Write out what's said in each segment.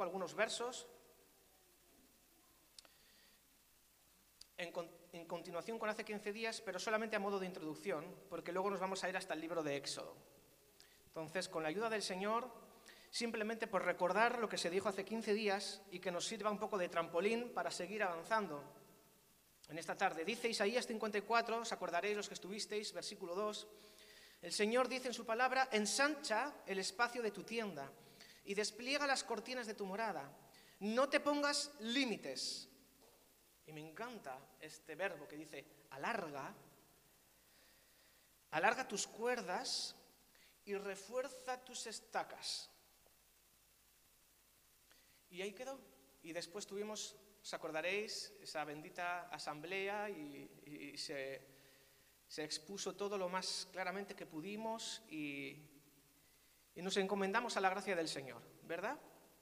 algunos versos en continuación con hace 15 días, pero solamente a modo de introducción, porque luego nos vamos a ir hasta el libro de Éxodo. Entonces, con la ayuda del Señor, simplemente por recordar lo que se dijo hace 15 días y que nos sirva un poco de trampolín para seguir avanzando en esta tarde. Dice Isaías 54, os acordaréis los que estuvisteis, versículo 2, el Señor dice en su palabra, ensancha el espacio de tu tienda y despliega las cortinas de tu morada. No te pongas límites. Y me encanta este verbo que dice, alarga tus cuerdas y refuerza tus estacas. Y ahí quedó. Y después tuvimos, os acordaréis, esa bendita asamblea y se expuso todo lo más claramente que pudimos y nos encomendamos a la gracia del Señor, ¿verdad?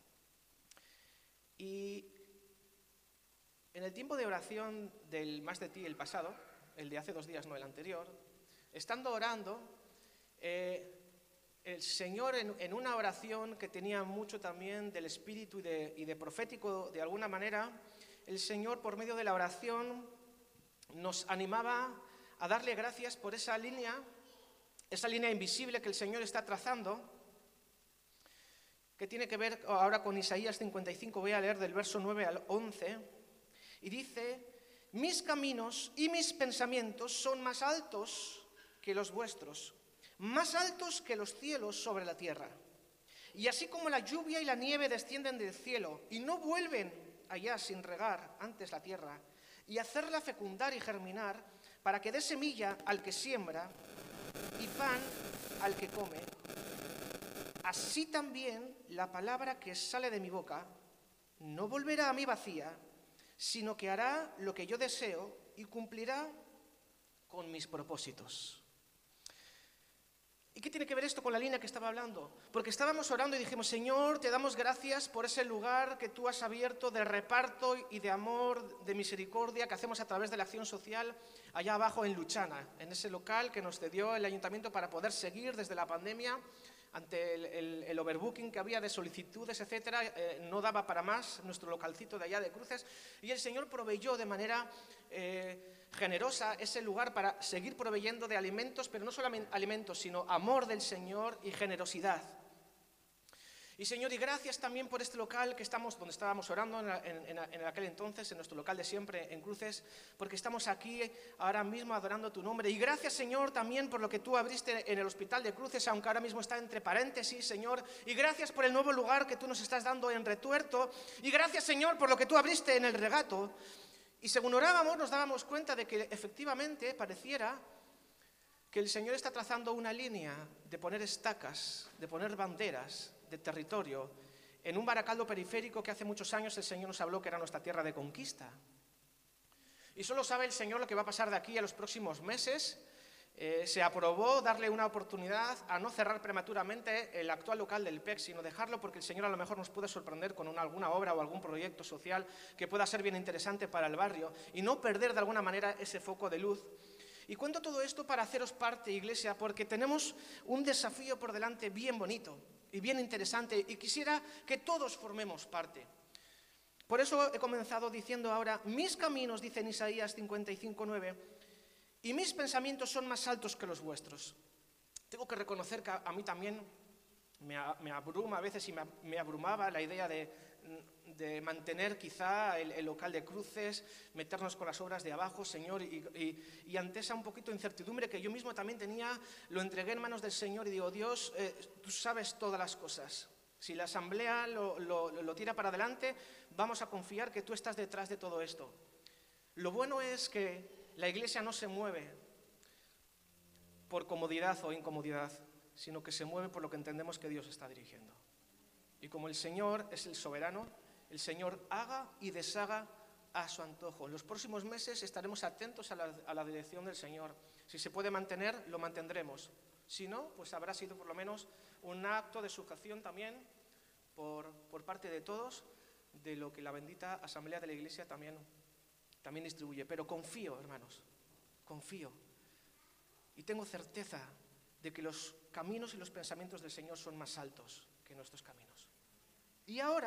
Y en el tiempo de oración del Más de Ti, el pasado, el de hace 2 días, no el anterior, estando orando, el Señor en una oración que tenía mucho también del espíritu y de profético de alguna manera, el Señor por medio de la oración nos animaba a darle gracias por esa línea invisible que el Señor está trazando, que tiene que ver ahora con Isaías 55, voy a leer del verso 9 al 11, y dice, mis caminos y mis pensamientos son más altos que los vuestros, más altos que los cielos sobre la tierra. Y así como la lluvia y la nieve descienden del cielo y no vuelven allá sin regar antes la tierra y hacerla fecundar y germinar para que dé semilla al que siembra y pan al que come, así también la palabra que sale de mi boca no volverá a mí vacía, sino que hará lo que yo deseo y cumplirá con mis propósitos. ¿Y qué tiene que ver esto con la línea que estaba hablando? Porque estábamos orando y dijimos, Señor, te damos gracias por ese lugar que tú has abierto de reparto y de amor, de misericordia que hacemos a través de la acción social allá abajo en Luchana, en ese local que nos cedió el ayuntamiento para poder seguir desde la pandemia ante el overbooking que había de solicitudes, etcétera, no daba para más nuestro localcito de allá de Cruces, y el Señor proveyó de manera generosa ese lugar para seguir proveyendo de alimentos, pero no solamente alimentos, sino amor del Señor y generosidad. Y Señor, y gracias también por este local que donde estábamos orando en aquel entonces, en nuestro local de siempre en Cruces, porque estamos aquí ahora mismo adorando tu nombre. Y gracias, Señor, también por lo que tú abriste en el hospital de Cruces, aunque ahora mismo está entre paréntesis, Señor. Y gracias por el nuevo lugar que tú nos estás dando en Retuerto. Y gracias, Señor, por lo que tú abriste en el Regato. Y según orábamos, nos dábamos cuenta de que efectivamente pareciera que el Señor está trazando una línea de poner estacas, de poner banderas de territorio en un Baracaldo periférico que hace muchos años el Señor nos habló que era nuestra tierra de conquista. Y solo sabe el Señor lo que va a pasar de aquí a los próximos meses. Se aprobó darle una oportunidad a no cerrar prematuramente el actual local del PEC, sino dejarlo porque el Señor a lo mejor nos puede sorprender con alguna obra o algún proyecto social que pueda ser bien interesante para el barrio y no perder de alguna manera ese foco de luz. Y cuento todo esto para haceros parte, Iglesia, porque tenemos un desafío por delante bien bonito y bien interesante y quisiera que todos formemos parte. Por eso he comenzado diciendo ahora, mis caminos, dice en Isaías 55:9, y mis pensamientos son más altos que los vuestros. Tengo que reconocer que a mí también me abruma a veces y me abrumaba la idea de mantener quizá el local de Cruces, meternos con las obras de abajo, Señor, y ante esa un poquito de incertidumbre que yo mismo también tenía, lo entregué en manos del Señor y digo, Dios, tú sabes todas las cosas. Si la asamblea lo tira para adelante, vamos a confiar que tú estás detrás de todo esto. Lo bueno es que la Iglesia no se mueve por comodidad o incomodidad, sino que se mueve por lo que entendemos que Dios está dirigiendo. Y como el Señor es el soberano, el Señor haga y deshaga a su antojo. En los próximos meses estaremos atentos a la dirección del Señor. Si se puede mantener, lo mantendremos. Si no, pues habrá sido por lo menos un acto de sujeción también por parte de todos de lo que la bendita Asamblea de la Iglesia también distribuye. Pero confío, hermanos, confío. Y tengo certeza de que los caminos y los pensamientos del Señor son más altos que nuestros caminos. Y ahora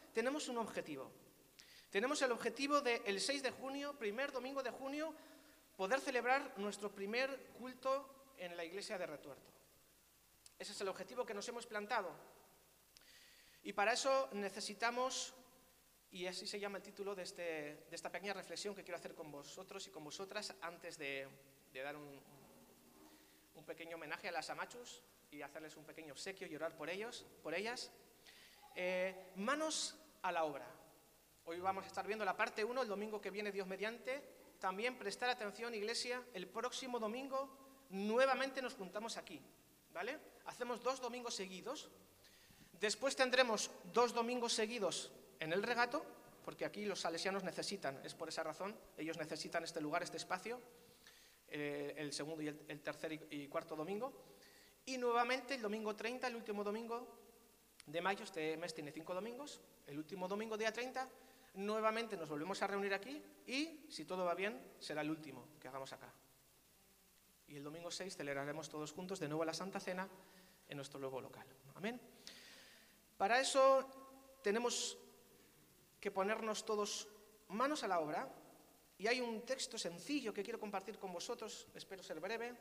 tenemos un objetivo. Tenemos el objetivo de el 6 de junio, primer domingo de junio, poder celebrar nuestro primer culto en la iglesia de Retuerto. Ese es el objetivo que nos hemos plantado. Y para eso necesitamos, y así se llama el título de esta pequeña reflexión que quiero hacer con vosotros y con vosotras antes de dar un pequeño homenaje a las amachus y hacerles un pequeño obsequio y orar por ellos, por ellas. Manos a la obra. Hoy vamos a estar viendo la parte 1, el domingo que viene, Dios mediante. También prestar atención, iglesia, el próximo domingo nuevamente nos juntamos aquí, ¿vale? Hacemos 2 domingos seguidos. Después tendremos 2 domingos seguidos en el regato, porque aquí los salesianos necesitan, es por esa razón, ellos necesitan este lugar, este espacio, el segundo y el tercer y cuarto domingo. Y nuevamente el domingo 30, el último domingo de mayo, este mes tiene 5 domingos, el último domingo, día 30, nuevamente nos volvemos a reunir aquí y, si todo va bien, será el último que hagamos acá. Y el domingo 6 celebraremos todos juntos de nuevo la Santa Cena en nuestro nuevo local. Amén. Para eso tenemos que ponernos todos manos a la obra y hay un texto sencillo que quiero compartir con vosotros, espero ser breve.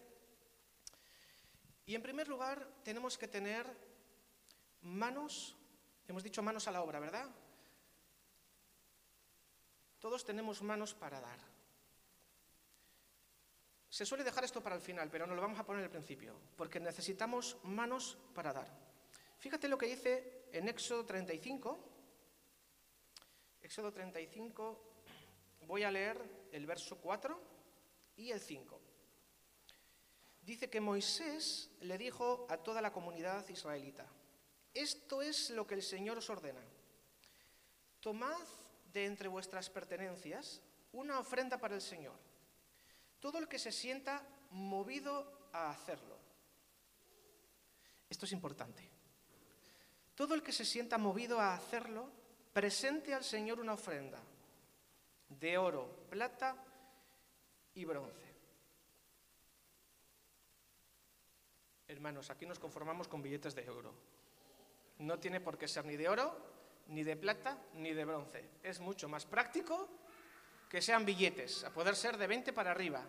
Y en primer lugar tenemos que tener manos, hemos dicho manos a la obra, ¿verdad? Todos tenemos manos para dar. Se suele dejar esto para el final, pero nos lo vamos a poner al principio, porque necesitamos manos para dar. Fíjate lo que dice en Éxodo 35. Éxodo 35, voy a leer el verso 4 y el 5. Dice que Moisés le dijo a toda la comunidad israelita: esto es lo que el Señor os ordena. Tomad de entre vuestras pertenencias una ofrenda para el Señor. Todo el que se sienta movido a hacerlo. Esto es importante. Todo el que se sienta movido a hacerlo, presente al Señor una ofrenda de oro, plata y bronce. Hermanos, aquí nos conformamos con billetes de euro. No tiene por qué ser ni de oro, ni de plata, ni de bronce. Es mucho más práctico que sean billetes, a poder ser de 20 para arriba.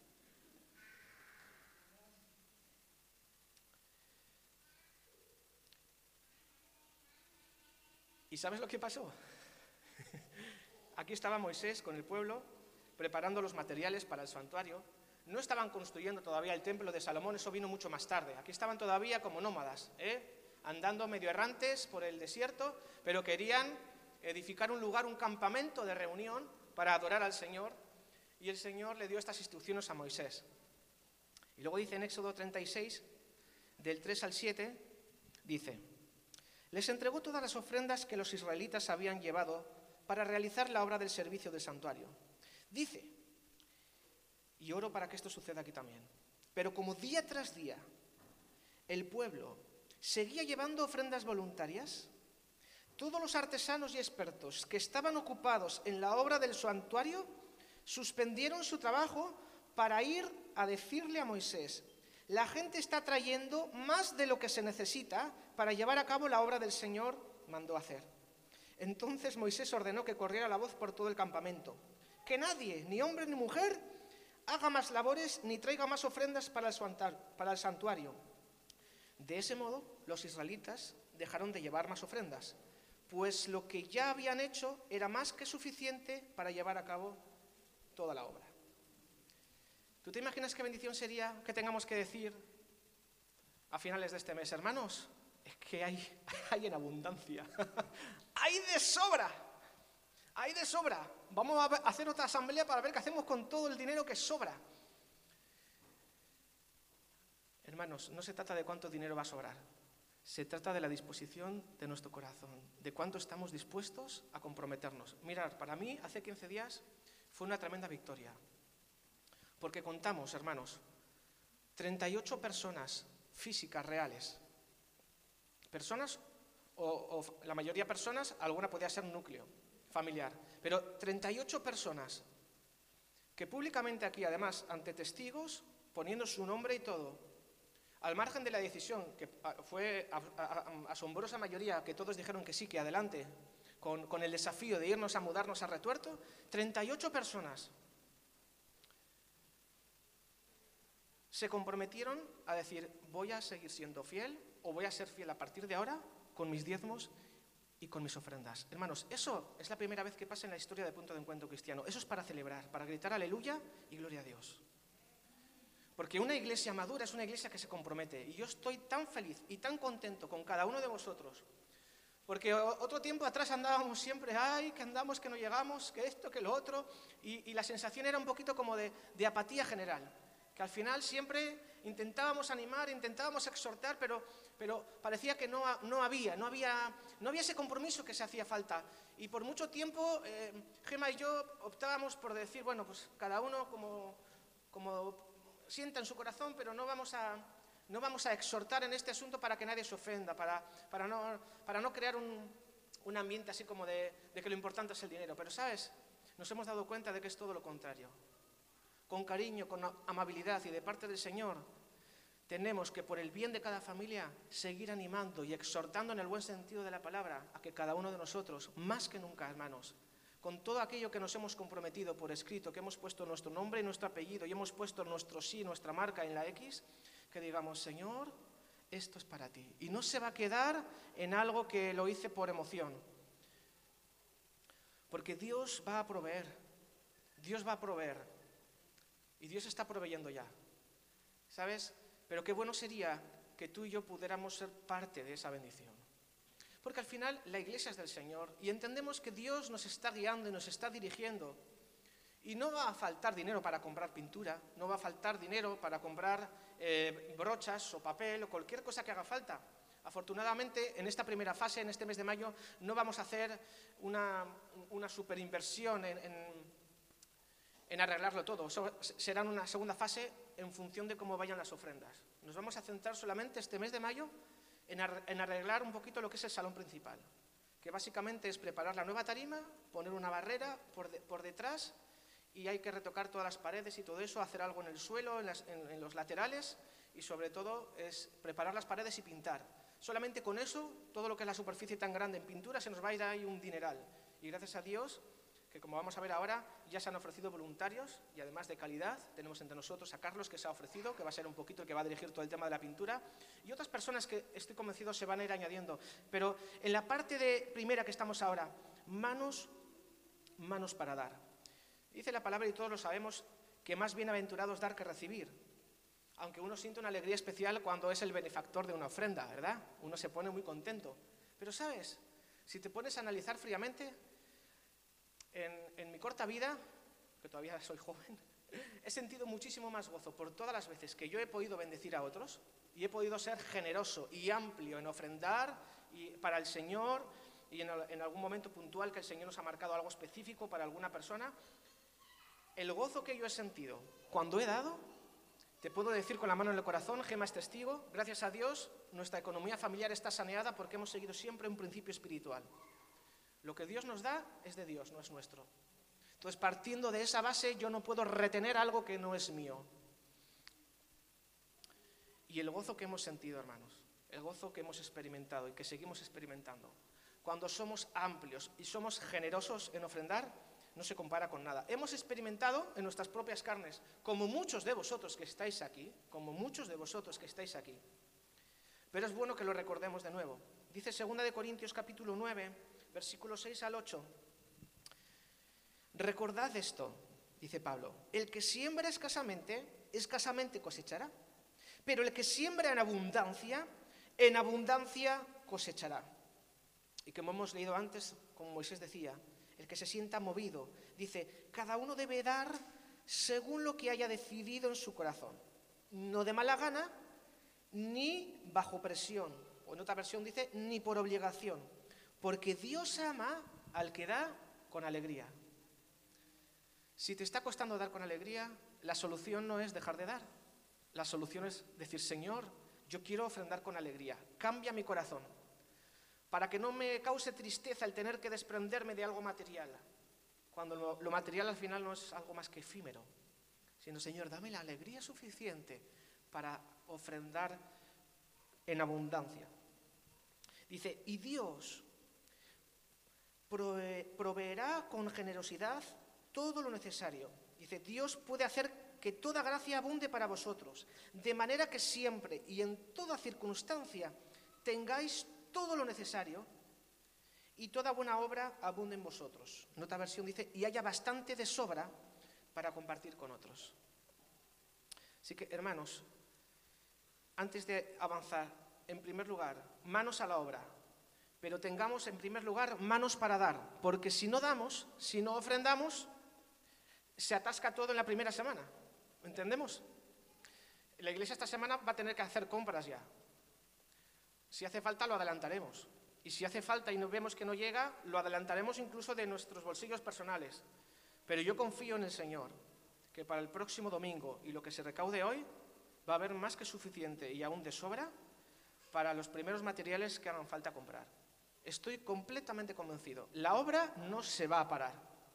¿Y sabes lo que pasó? Aquí estaba Moisés con el pueblo preparando los materiales para el santuario. No estaban construyendo todavía el templo de Salomón, eso vino mucho más tarde. Aquí estaban todavía como nómadas, andando medio errantes por el desierto, pero querían edificar un lugar, un campamento de reunión para adorar al Señor. Y el Señor le dio estas instrucciones a Moisés. Y luego dice en Éxodo 36, del 3 al 7, dice: les entregó todas las ofrendas que los israelitas habían llevado para realizar la obra del servicio del santuario. Dice, y oro para que esto suceda aquí también, pero como día tras día el pueblo seguía llevando ofrendas voluntarias, todos los artesanos y expertos que estaban ocupados en la obra del santuario suspendieron su trabajo para ir a decirle a Moisés: la gente está trayendo más de lo que se necesita para llevar a cabo la obra del Señor mandó hacer. Entonces Moisés ordenó que corriera la voz por todo el campamento: que nadie, ni hombre ni mujer, haga más labores ni traiga más ofrendas para el santuario. De ese modo, los israelitas dejaron de llevar más ofrendas, pues lo que ya habían hecho era más que suficiente para llevar a cabo toda la obra. ¿Tú te imaginas qué bendición sería que tengamos que decir a finales de este mes: hermanos, es que hay en abundancia, hay de sobra, hay de sobra. Vamos a hacer otra asamblea para ver qué hacemos con todo el dinero que sobra. Hermanos, no se trata de cuánto dinero va a sobrar, se trata de la disposición de nuestro corazón, de cuánto estamos dispuestos a comprometernos. Mirad, para mí, hace 15 días fue una tremenda victoria, porque contamos, hermanos, 38 personas físicas reales. Personas, o la mayoría de personas, alguna podía ser núcleo familiar, pero 38 personas que públicamente aquí, además, ante testigos, poniendo su nombre y todo, al margen de la decisión, que fue asombrosa mayoría, que todos dijeron que sí, que adelante, con el desafío de irnos a mudarnos a Retuerto, 38 personas se comprometieron a decir, voy a seguir siendo fiel o voy a ser fiel a partir de ahora con mis diezmos y con mis ofrendas. Hermanos, eso es la primera vez que pasa en la historia de Punto de Encuentro Cristiano. Eso es para celebrar, para gritar aleluya y gloria a Dios. Porque una iglesia madura es una iglesia que se compromete. Y yo estoy tan feliz y tan contento con cada uno de vosotros. Porque otro tiempo atrás andábamos siempre, ay, que andamos, que no llegamos, que esto, que lo otro. Y la sensación era un poquito como de apatía general. Que al final siempre intentábamos animar, intentábamos exhortar, pero parecía que no había ese compromiso que se hacía falta. Y por mucho tiempo, Gema y yo optábamos por decir, bueno, pues cada uno como sienta en su corazón, pero no vamos a exhortar en este asunto para que nadie se ofenda, para no crear un ambiente así como de que lo importante es el dinero. Pero, ¿sabes? Nos hemos dado cuenta de que es todo lo contrario. Con cariño, con amabilidad y de parte del Señor, tenemos que por el bien de cada familia seguir animando y exhortando en el buen sentido de la palabra a que cada uno de nosotros, más que nunca, hermanos, con todo aquello que nos hemos comprometido por escrito, que hemos puesto nuestro nombre y nuestro apellido y hemos puesto nuestro sí, nuestra marca en la X, que digamos, Señor, esto es para ti. Y no se va a quedar en algo que lo hice por emoción. Porque Dios va a proveer. Dios va a proveer. Y Dios está proveyendo ya, ¿sabes? Pero qué bueno sería que tú y yo pudiéramos ser parte de esa bendición. Porque al final la iglesia es del Señor y entendemos que Dios nos está guiando y nos está dirigiendo. Y no va a faltar dinero para comprar pintura, no va a faltar dinero para comprar brochas o papel o cualquier cosa que haga falta. Afortunadamente, en esta primera fase, en este mes de mayo, no vamos a hacer una superinversión en arreglarlo todo. Eso será una segunda fase en función de cómo vayan las ofrendas. Nos vamos a centrar solamente este mes de mayo en arreglar un poquito lo que es el salón principal, que básicamente es preparar la nueva tarima, poner una barrera por detrás y hay que retocar todas las paredes y todo eso, hacer algo en el suelo, en los laterales y sobre todo es preparar las paredes y pintar. Solamente con eso, todo lo que es la superficie tan grande en pintura se nos va a ir ahí un dineral. Y gracias a Dios, que como vamos a ver ahora, ya se han ofrecido voluntarios y además de calidad, tenemos entre nosotros a Carlos que se ha ofrecido, que va a ser un poquito el que va a dirigir todo el tema de la pintura, y otras personas que estoy convencido se van a ir añadiendo. Pero en la parte primera que estamos ahora, manos para dar. Dice la palabra, y todos lo sabemos, que más bienaventurado es dar que recibir. Aunque uno siente una alegría especial cuando es el benefactor de una ofrenda, ¿verdad? Uno se pone muy contento. Pero, ¿sabes? Si te pones a analizar fríamente, en mi corta vida, que todavía soy joven, he sentido muchísimo más gozo por todas las veces que yo he podido bendecir a otros y he podido ser generoso y amplio en ofrendar para el Señor y en algún momento puntual que el Señor nos ha marcado algo específico para alguna persona. El gozo que yo he sentido cuando he dado, te puedo decir con la mano en el corazón, Gema es testigo, gracias a Dios, nuestra economía familiar está saneada porque hemos seguido siempre un principio espiritual. Lo que Dios nos da es de Dios, no es nuestro. Entonces, partiendo de esa base, yo no puedo retener algo que no es mío. Y el gozo que hemos sentido, hermanos, el gozo que hemos experimentado y que seguimos experimentando, cuando somos amplios y somos generosos en ofrendar, no se compara con nada. Hemos experimentado en nuestras propias carnes, como muchos de vosotros que estáis aquí, pero es bueno que lo recordemos de nuevo. Dice 2 Corintios capítulo 9, versículos 6 al 8. Recordad esto, dice Pablo, el que siembra escasamente cosechará, pero el que siembra en abundancia cosechará. Y como hemos leído antes, como Moisés decía, el que se sienta movido, dice, cada uno debe dar según lo que haya decidido en su corazón, no de mala gana, ni bajo presión, o en otra versión dice, ni por obligación, porque Dios ama al que da con alegría. Si te está costando dar con alegría, la solución no es dejar de dar. La solución es decir, Señor, yo quiero ofrendar con alegría, cambia mi corazón, para que no me cause tristeza el tener que desprenderme de algo material, cuando lo material al final no es algo más que efímero, sino, Señor, dame la alegría suficiente para ofrendar en abundancia. Dice, y Dios proveerá con generosidad todo lo necesario. Dice, Dios puede hacer que toda gracia abunde para vosotros, de manera que siempre y en toda circunstancia tengáis todo lo necesario y toda buena obra abunde en vosotros. En otra versión dice, y haya bastante de sobra para compartir con otros. Así que, hermanos, antes de avanzar, en primer lugar, manos a la obra, pero tengamos en primer lugar manos para dar, porque si no damos, si no ofrendamos, se atasca todo en la primera semana. ¿Entendemos? La iglesia esta semana va a tener que hacer compras ya. Si hace falta, lo adelantaremos. Y si hace falta y nos vemos que no llega, lo adelantaremos incluso de nuestros bolsillos personales. Pero yo confío en el Señor, que para el próximo domingo y lo que se recaude hoy, va a haber más que suficiente y aún de sobra para los primeros materiales que hagan falta comprar. Estoy completamente convencido. La obra no se va a parar.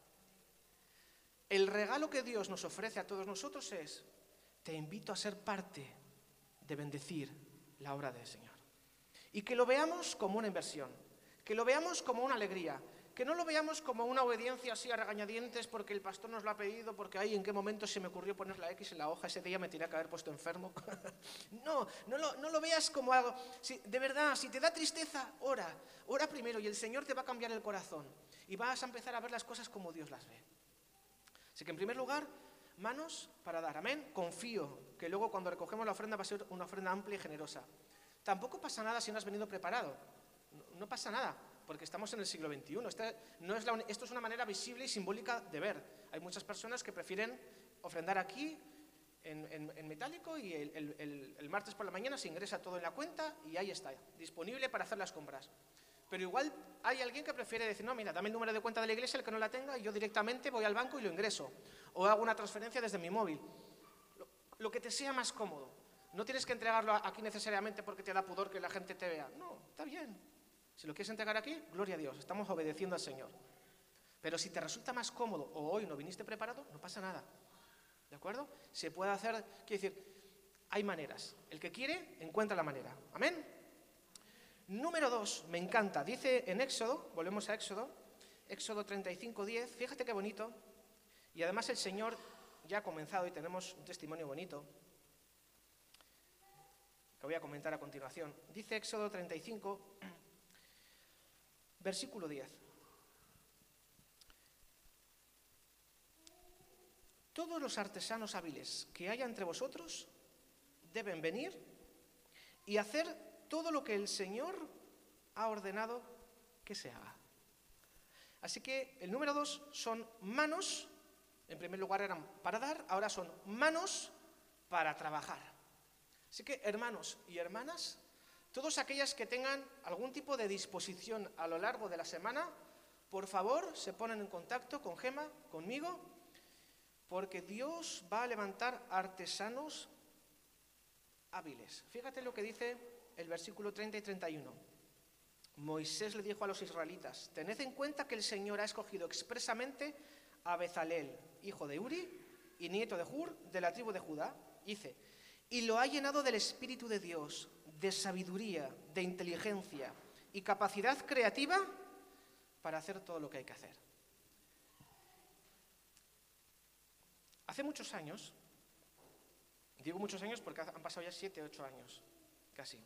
El regalo que Dios nos ofrece a todos nosotros es, te invito a ser parte de bendecir la obra del Señor. Y que lo veamos como una inversión, que lo veamos como una alegría, que no lo veamos como una obediencia así a regañadientes porque el pastor nos lo ha pedido, porque ahí en qué momento se me ocurrió poner la X en la hoja, ese día me tenía que haber puesto enfermo. No lo veas como algo, de verdad, si te da tristeza, ora primero y el Señor te va a cambiar el corazón y vas a empezar a ver las cosas como Dios las ve. Así que en primer lugar, manos para dar, amén. Confío que luego cuando recogemos la ofrenda va a ser una ofrenda amplia y generosa. Tampoco pasa nada si no has venido preparado, no pasa nada, porque estamos en el siglo XXI. Esto es una manera visible y simbólica de ver. Hay muchas personas que prefieren ofrendar aquí en metálico y el martes por la mañana se ingresa todo en la cuenta y ahí está, disponible para hacer las compras. Pero igual hay alguien que prefiere decir, no, mira, dame el número de cuenta de la iglesia, el que no la tenga, y yo directamente voy al banco y lo ingreso. O hago una transferencia desde mi móvil. Lo que te sea más cómodo. No tienes que entregarlo aquí necesariamente porque te da pudor que la gente te vea. No, está bien. Si lo quieres entregar aquí, gloria a Dios, estamos obedeciendo al Señor. Pero si te resulta más cómodo o hoy no viniste preparado, no pasa nada. ¿De acuerdo? Se puede hacer, quiero decir, hay maneras. El que quiere, encuentra la manera. Amén. Número 2, me encanta. Dice en Éxodo, volvemos a Éxodo 35:10, fíjate qué bonito. Y además el Señor ya ha comenzado y tenemos un testimonio bonito que voy a comentar a continuación. Dice Éxodo 35, versículo 10. Todos los artesanos hábiles que haya entre vosotros deben venir y hacer todo lo que el Señor ha ordenado que se haga. Así que el número 2 son manos, en primer lugar eran para dar, ahora son manos para trabajar. Así que hermanos y hermanas, todos aquellas que tengan algún tipo de disposición a lo largo de la semana, por favor se ponen en contacto con Gema, conmigo, porque Dios va a levantar artesanos hábiles. Fíjate lo que dice el versículo 30 y 31. Moisés le dijo a los israelitas, tened en cuenta que el Señor ha escogido expresamente a Bezalel, hijo de Uri y nieto de Hur, de la tribu de Judá, dice, y lo ha llenado del Espíritu de Dios, de sabiduría, de inteligencia y capacidad creativa para hacer todo lo que hay que hacer. Hace muchos años, digo muchos años porque han pasado ya 7, 8 años, casi,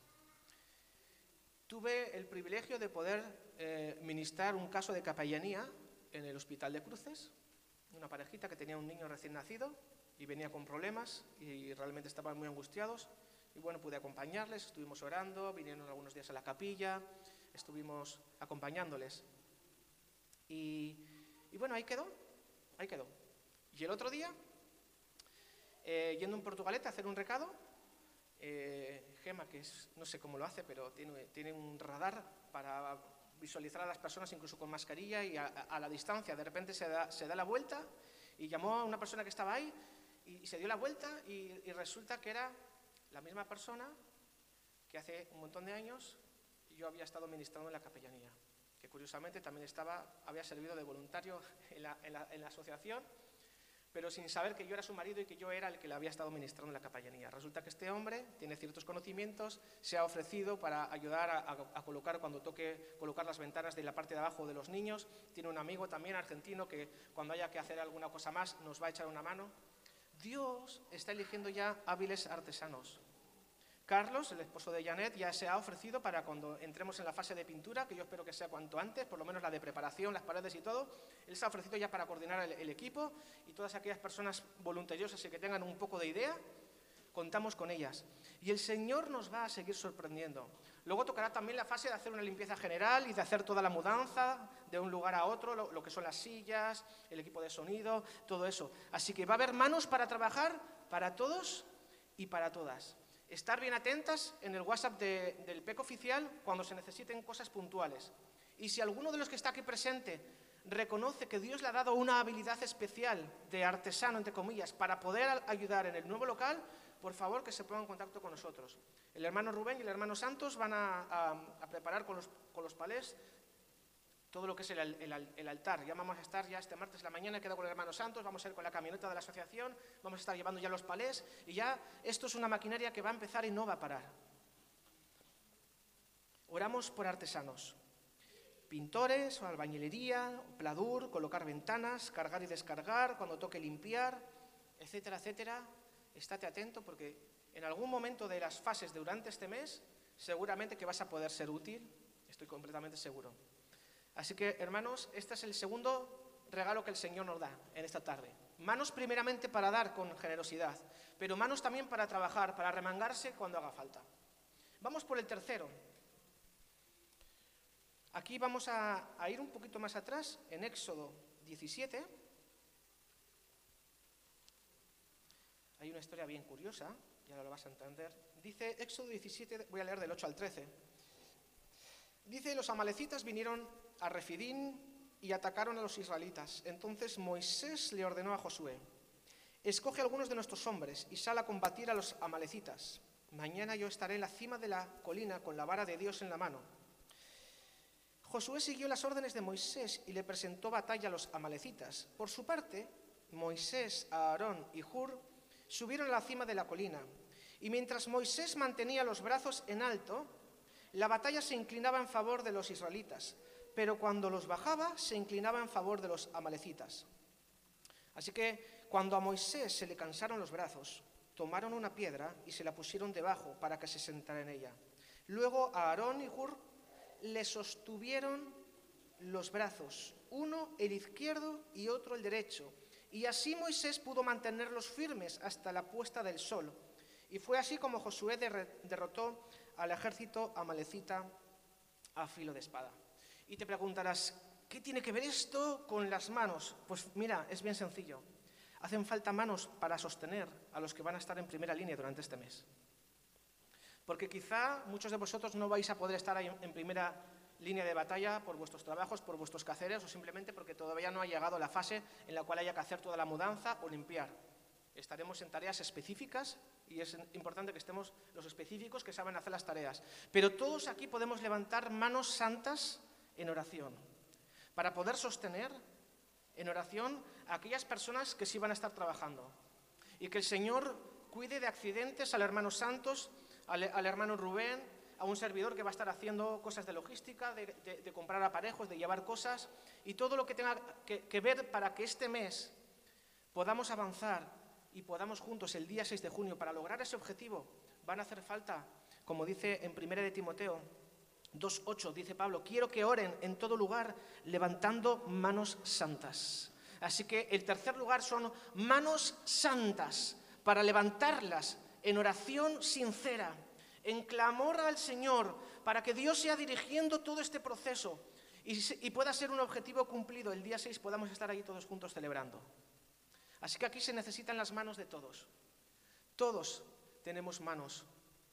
tuve el privilegio de poder ministrar un caso de capellanía en el Hospital de Cruces, una parejita que tenía un niño recién nacido y venía con problemas y realmente estaban muy angustiados. Y bueno, pude acompañarles, estuvimos orando, vinieron algunos días a la capilla, estuvimos acompañándoles. Y bueno, ahí quedó. Y el otro día, yendo en Portugalete a hacer un recado, Gema, que no sé cómo lo hace, pero tiene un radar para visualizar a las personas incluso con mascarilla y a la distancia. De repente se da la vuelta y llamó a una persona que estaba ahí y se dio la vuelta y resulta que era la misma persona que hace un montón de años yo había estado ministrando en la capellanía, que curiosamente también había servido de voluntario en la asociación, pero sin saber que yo era su marido y que yo era el que le había estado ministrando en la capellanía. Resulta que este hombre tiene ciertos conocimientos, se ha ofrecido para ayudar a colocar, cuando toque colocar las ventanas de la parte de abajo de los niños. Tiene un amigo también argentino que cuando haya que hacer alguna cosa más nos va a echar una mano. Dios está eligiendo ya hábiles artesanos. Carlos, el esposo de Janet, ya se ha ofrecido para cuando entremos en la fase de pintura, que yo espero que sea cuanto antes, por lo menos la de preparación, las paredes y todo. Él se ha ofrecido ya para coordinar el equipo, y todas aquellas personas voluntariosas y que tengan un poco de idea, contamos con ellas. Y el Señor nos va a seguir sorprendiendo. Luego tocará también la fase de hacer una limpieza general y de hacer toda la mudanza de un lugar a otro, lo que son las sillas, el equipo de sonido, todo eso. Así que va a haber manos para trabajar para todos y para todas. Estar bien atentas en el WhatsApp del PEC oficial cuando se necesiten cosas puntuales. Y si alguno de los que está aquí presente reconoce que Dios le ha dado una habilidad especial de artesano, entre comillas, para poder ayudar en el nuevo local, por favor que se ponga en contacto con nosotros. El hermano Rubén y el hermano Santos van a preparar con los palés todo lo que es el altar. Ya vamos a estar ya este martes en la mañana, he quedado con el hermano Santos, vamos a ir con la camioneta de la asociación, vamos a estar llevando ya los palés y ya esto es una maquinaria que va a empezar y no va a parar. Oramos por artesanos, pintores, o albañilería, pladur, colocar ventanas, cargar y descargar, cuando toque limpiar, etcétera, etcétera. Estate atento porque en algún momento de las fases durante este mes seguramente que vas a poder ser útil, estoy completamente seguro. Así que, hermanos, este es el segundo regalo que el Señor nos da en esta tarde. Manos primeramente para dar con generosidad, pero manos también para trabajar, para remangarse cuando haga falta. Vamos por el tercero. Aquí vamos a ir un poquito más atrás, en Éxodo 17. Hay una historia bien curiosa, ya lo vas a entender. Dice Éxodo 17, voy a leer del 8 al 13. Dice, los amalecitas vinieron a Refidín y atacaron a los israelitas. Entonces Moisés le ordenó a Josué, escoge a algunos de nuestros hombres y sal a combatir a los amalecitas. Mañana yo estaré en la cima de la colina con la vara de Dios en la mano. Josué siguió las órdenes de Moisés y le presentó batalla a los amalecitas. Por su parte, Moisés, Aarón y Hur subieron a la cima de la colina. Y mientras Moisés mantenía los brazos en alto, la batalla se inclinaba en favor de los israelitas, pero cuando los bajaba se inclinaba en favor de los amalecitas. Así que cuando a Moisés se le cansaron los brazos, tomaron una piedra y se la pusieron debajo para que se sentara en ella. Luego a Aarón y Hur le sostuvieron los brazos, uno el izquierdo y otro el derecho, y así Moisés pudo mantenerlos firmes hasta la puesta del sol. Y fue así como Josué derrotó al ejército amalecita a filo de espada. Y te preguntarás, ¿qué tiene que ver esto con las manos? Pues mira, es bien sencillo. Hacen falta manos para sostener a los que van a estar en primera línea durante este mes. Porque quizá muchos de vosotros no vais a poder estar ahí en primera línea de batalla por vuestros trabajos, por vuestros quehaceres o simplemente porque todavía no ha llegado la fase en la cual haya que hacer toda la mudanza o limpiar. Estaremos en tareas específicas y es importante que estemos los específicos que saben hacer las tareas. Pero todos aquí podemos levantar manos santas en oración para poder sostener en oración a aquellas personas que sí van a estar trabajando. Y que el Señor cuide de accidentes al hermano Santos, al hermano Rubén, a un servidor que va a estar haciendo cosas de logística, de comprar aparejos, de llevar cosas y todo lo que tenga que ver para que este mes podamos avanzar y podamos juntos el día 6 de junio, para lograr ese objetivo, van a hacer falta, como dice en 1 de Timoteo 2:8, dice Pablo, quiero que oren en todo lugar levantando manos santas. Así que el tercer lugar son manos santas, para levantarlas en oración sincera, en clamor al Señor, para que Dios sea dirigiendo todo este proceso y pueda ser un objetivo cumplido. El día 6 podamos estar ahí todos juntos celebrando. Así que aquí se necesitan las manos de todos. Todos tenemos manos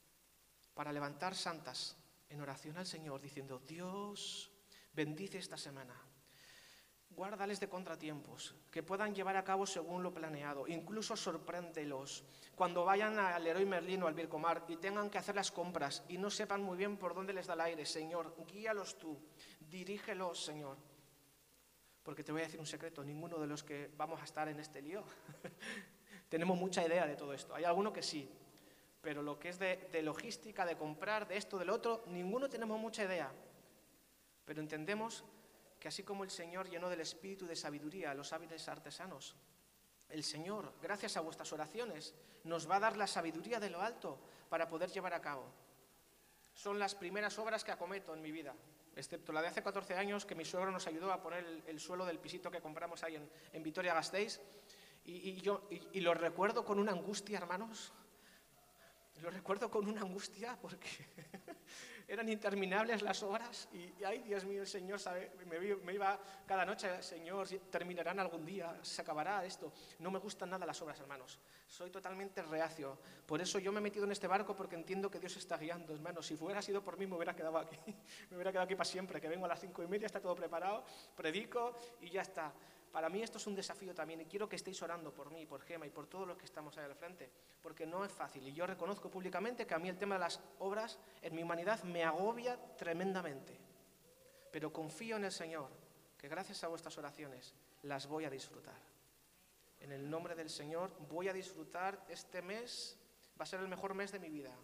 para levantar santas en oración al Señor, diciendo, Dios, bendice esta semana. Guárdales de contratiempos, que puedan llevar a cabo según lo planeado. Incluso sorpréndelos cuando vayan al Leroy Merlin o al Bircomar y tengan que hacer las compras y no sepan muy bien por dónde les da el aire. Señor, guíalos tú, dirígelos, Señor. Porque te voy a decir un secreto, ninguno de los que vamos a estar en este lío tenemos mucha idea de todo esto. Hay alguno que sí, pero lo que es de logística, de comprar, de esto, del otro, ninguno tenemos mucha idea. Pero entendemos que así como el Señor llenó del espíritu de sabiduría a los hábiles artesanos, el Señor, gracias a vuestras oraciones, nos va a dar la sabiduría de lo alto para poder llevar a cabo. Son las primeras obras que acometo en mi vida, excepto la de hace 14 años, que mi suegro nos ayudó a poner el suelo del pisito que compramos ahí en Vitoria-Gasteiz, y lo recuerdo con una angustia, hermanos. Lo recuerdo con una angustia porque eran interminables las obras y ay, Dios mío, el Señor sabe, me iba cada noche, Señor, terminarán algún día, se acabará esto. No me gustan nada las obras, hermanos. Soy totalmente reacio. Por eso yo me he metido en este barco porque entiendo que Dios está guiando, hermanos. Si fuera sido por mí me hubiera quedado aquí. Me hubiera quedado aquí para siempre, que vengo a las 5:30, está todo preparado, predico y ya está. Para mí esto es un desafío también y quiero que estéis orando por mí, por Gema y por todos los que estamos ahí al frente, porque no es fácil y yo reconozco públicamente que a mí el tema de las obras en mi humanidad me agobia tremendamente, pero confío en el Señor, que gracias a vuestras oraciones las voy a disfrutar. En el nombre del Señor voy a disfrutar este mes, va a ser el mejor mes de mi vida.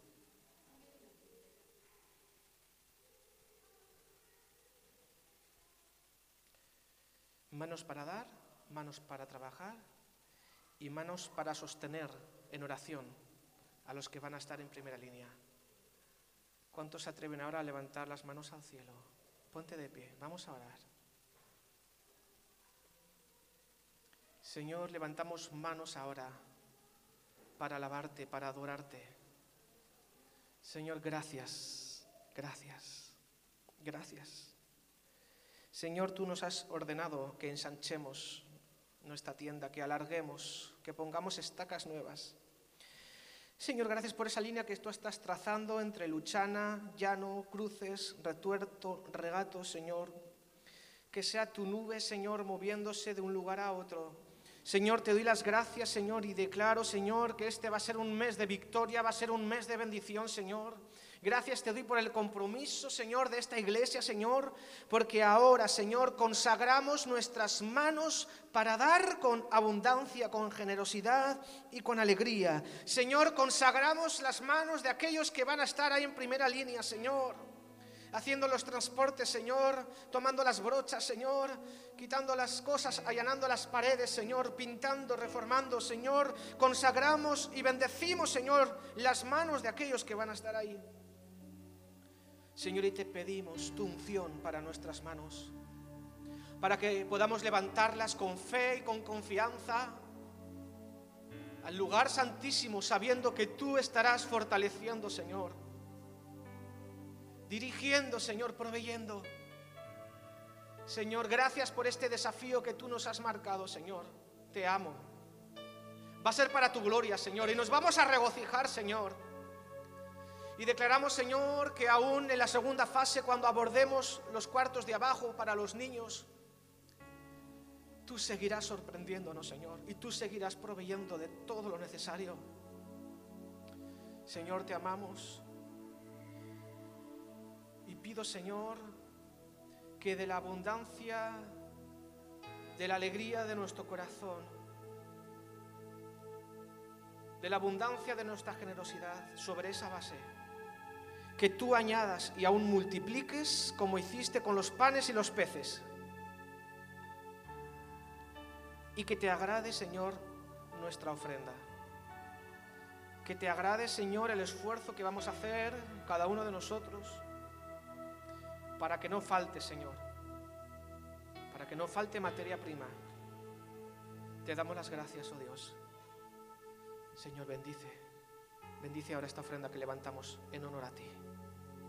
Manos para dar, manos para trabajar y manos para sostener en oración a los que van a estar en primera línea. ¿Cuántos se atreven ahora a levantar las manos al cielo? Ponte de pie, vamos a orar. Señor, levantamos manos ahora para alabarte, para adorarte. Señor, gracias, gracias, gracias. Señor, tú nos has ordenado que ensanchemos nuestra tienda, que alarguemos, que pongamos estacas nuevas. Señor, gracias por esa línea que tú estás trazando entre Luchana, Llano, Cruces, Retuerto, Regato, Señor. Que sea tu nube, Señor, moviéndose de un lugar a otro. Señor, te doy las gracias, Señor, y declaro, Señor, que este va a ser un mes de victoria, va a ser un mes de bendición, Señor. Gracias te doy por el compromiso, Señor, de esta iglesia, Señor, porque ahora, Señor, consagramos nuestras manos para dar con abundancia, con generosidad y con alegría. Señor, consagramos las manos de aquellos que van a estar ahí en primera línea, Señor, haciendo los transportes, Señor, tomando las brochas, Señor, quitando las cosas, allanando las paredes, Señor, pintando, reformando, Señor. Consagramos y bendecimos, Señor, las manos de aquellos que van a estar ahí. Señor, y te pedimos tu unción para nuestras manos, para que podamos levantarlas con fe y con confianza al lugar santísimo, sabiendo que tú estarás fortaleciendo, Señor, dirigiendo, Señor, proveyendo. Señor, gracias por este desafío que tú nos has marcado, Señor. Te amo. Va a ser para tu gloria, Señor, y nos vamos a regocijar, Señor. Y declaramos, Señor, que aún en la segunda fase, cuando abordemos los cuartos de abajo para los niños, tú seguirás sorprendiéndonos, Señor, y tú seguirás proveyendo de todo lo necesario. Señor, te amamos. Y pido, Señor, que de la abundancia, de la alegría de nuestro corazón, de la abundancia de nuestra generosidad, sobre esa base, que tú añadas y aún multipliques como hiciste con los panes y los peces. Y que te agrade, Señor, nuestra ofrenda. Que te agrade, Señor, el esfuerzo que vamos a hacer cada uno de nosotros para que no falte, Señor, para que no falte materia prima. Te damos las gracias, oh Dios. Señor, bendice ahora esta ofrenda que levantamos en honor a ti.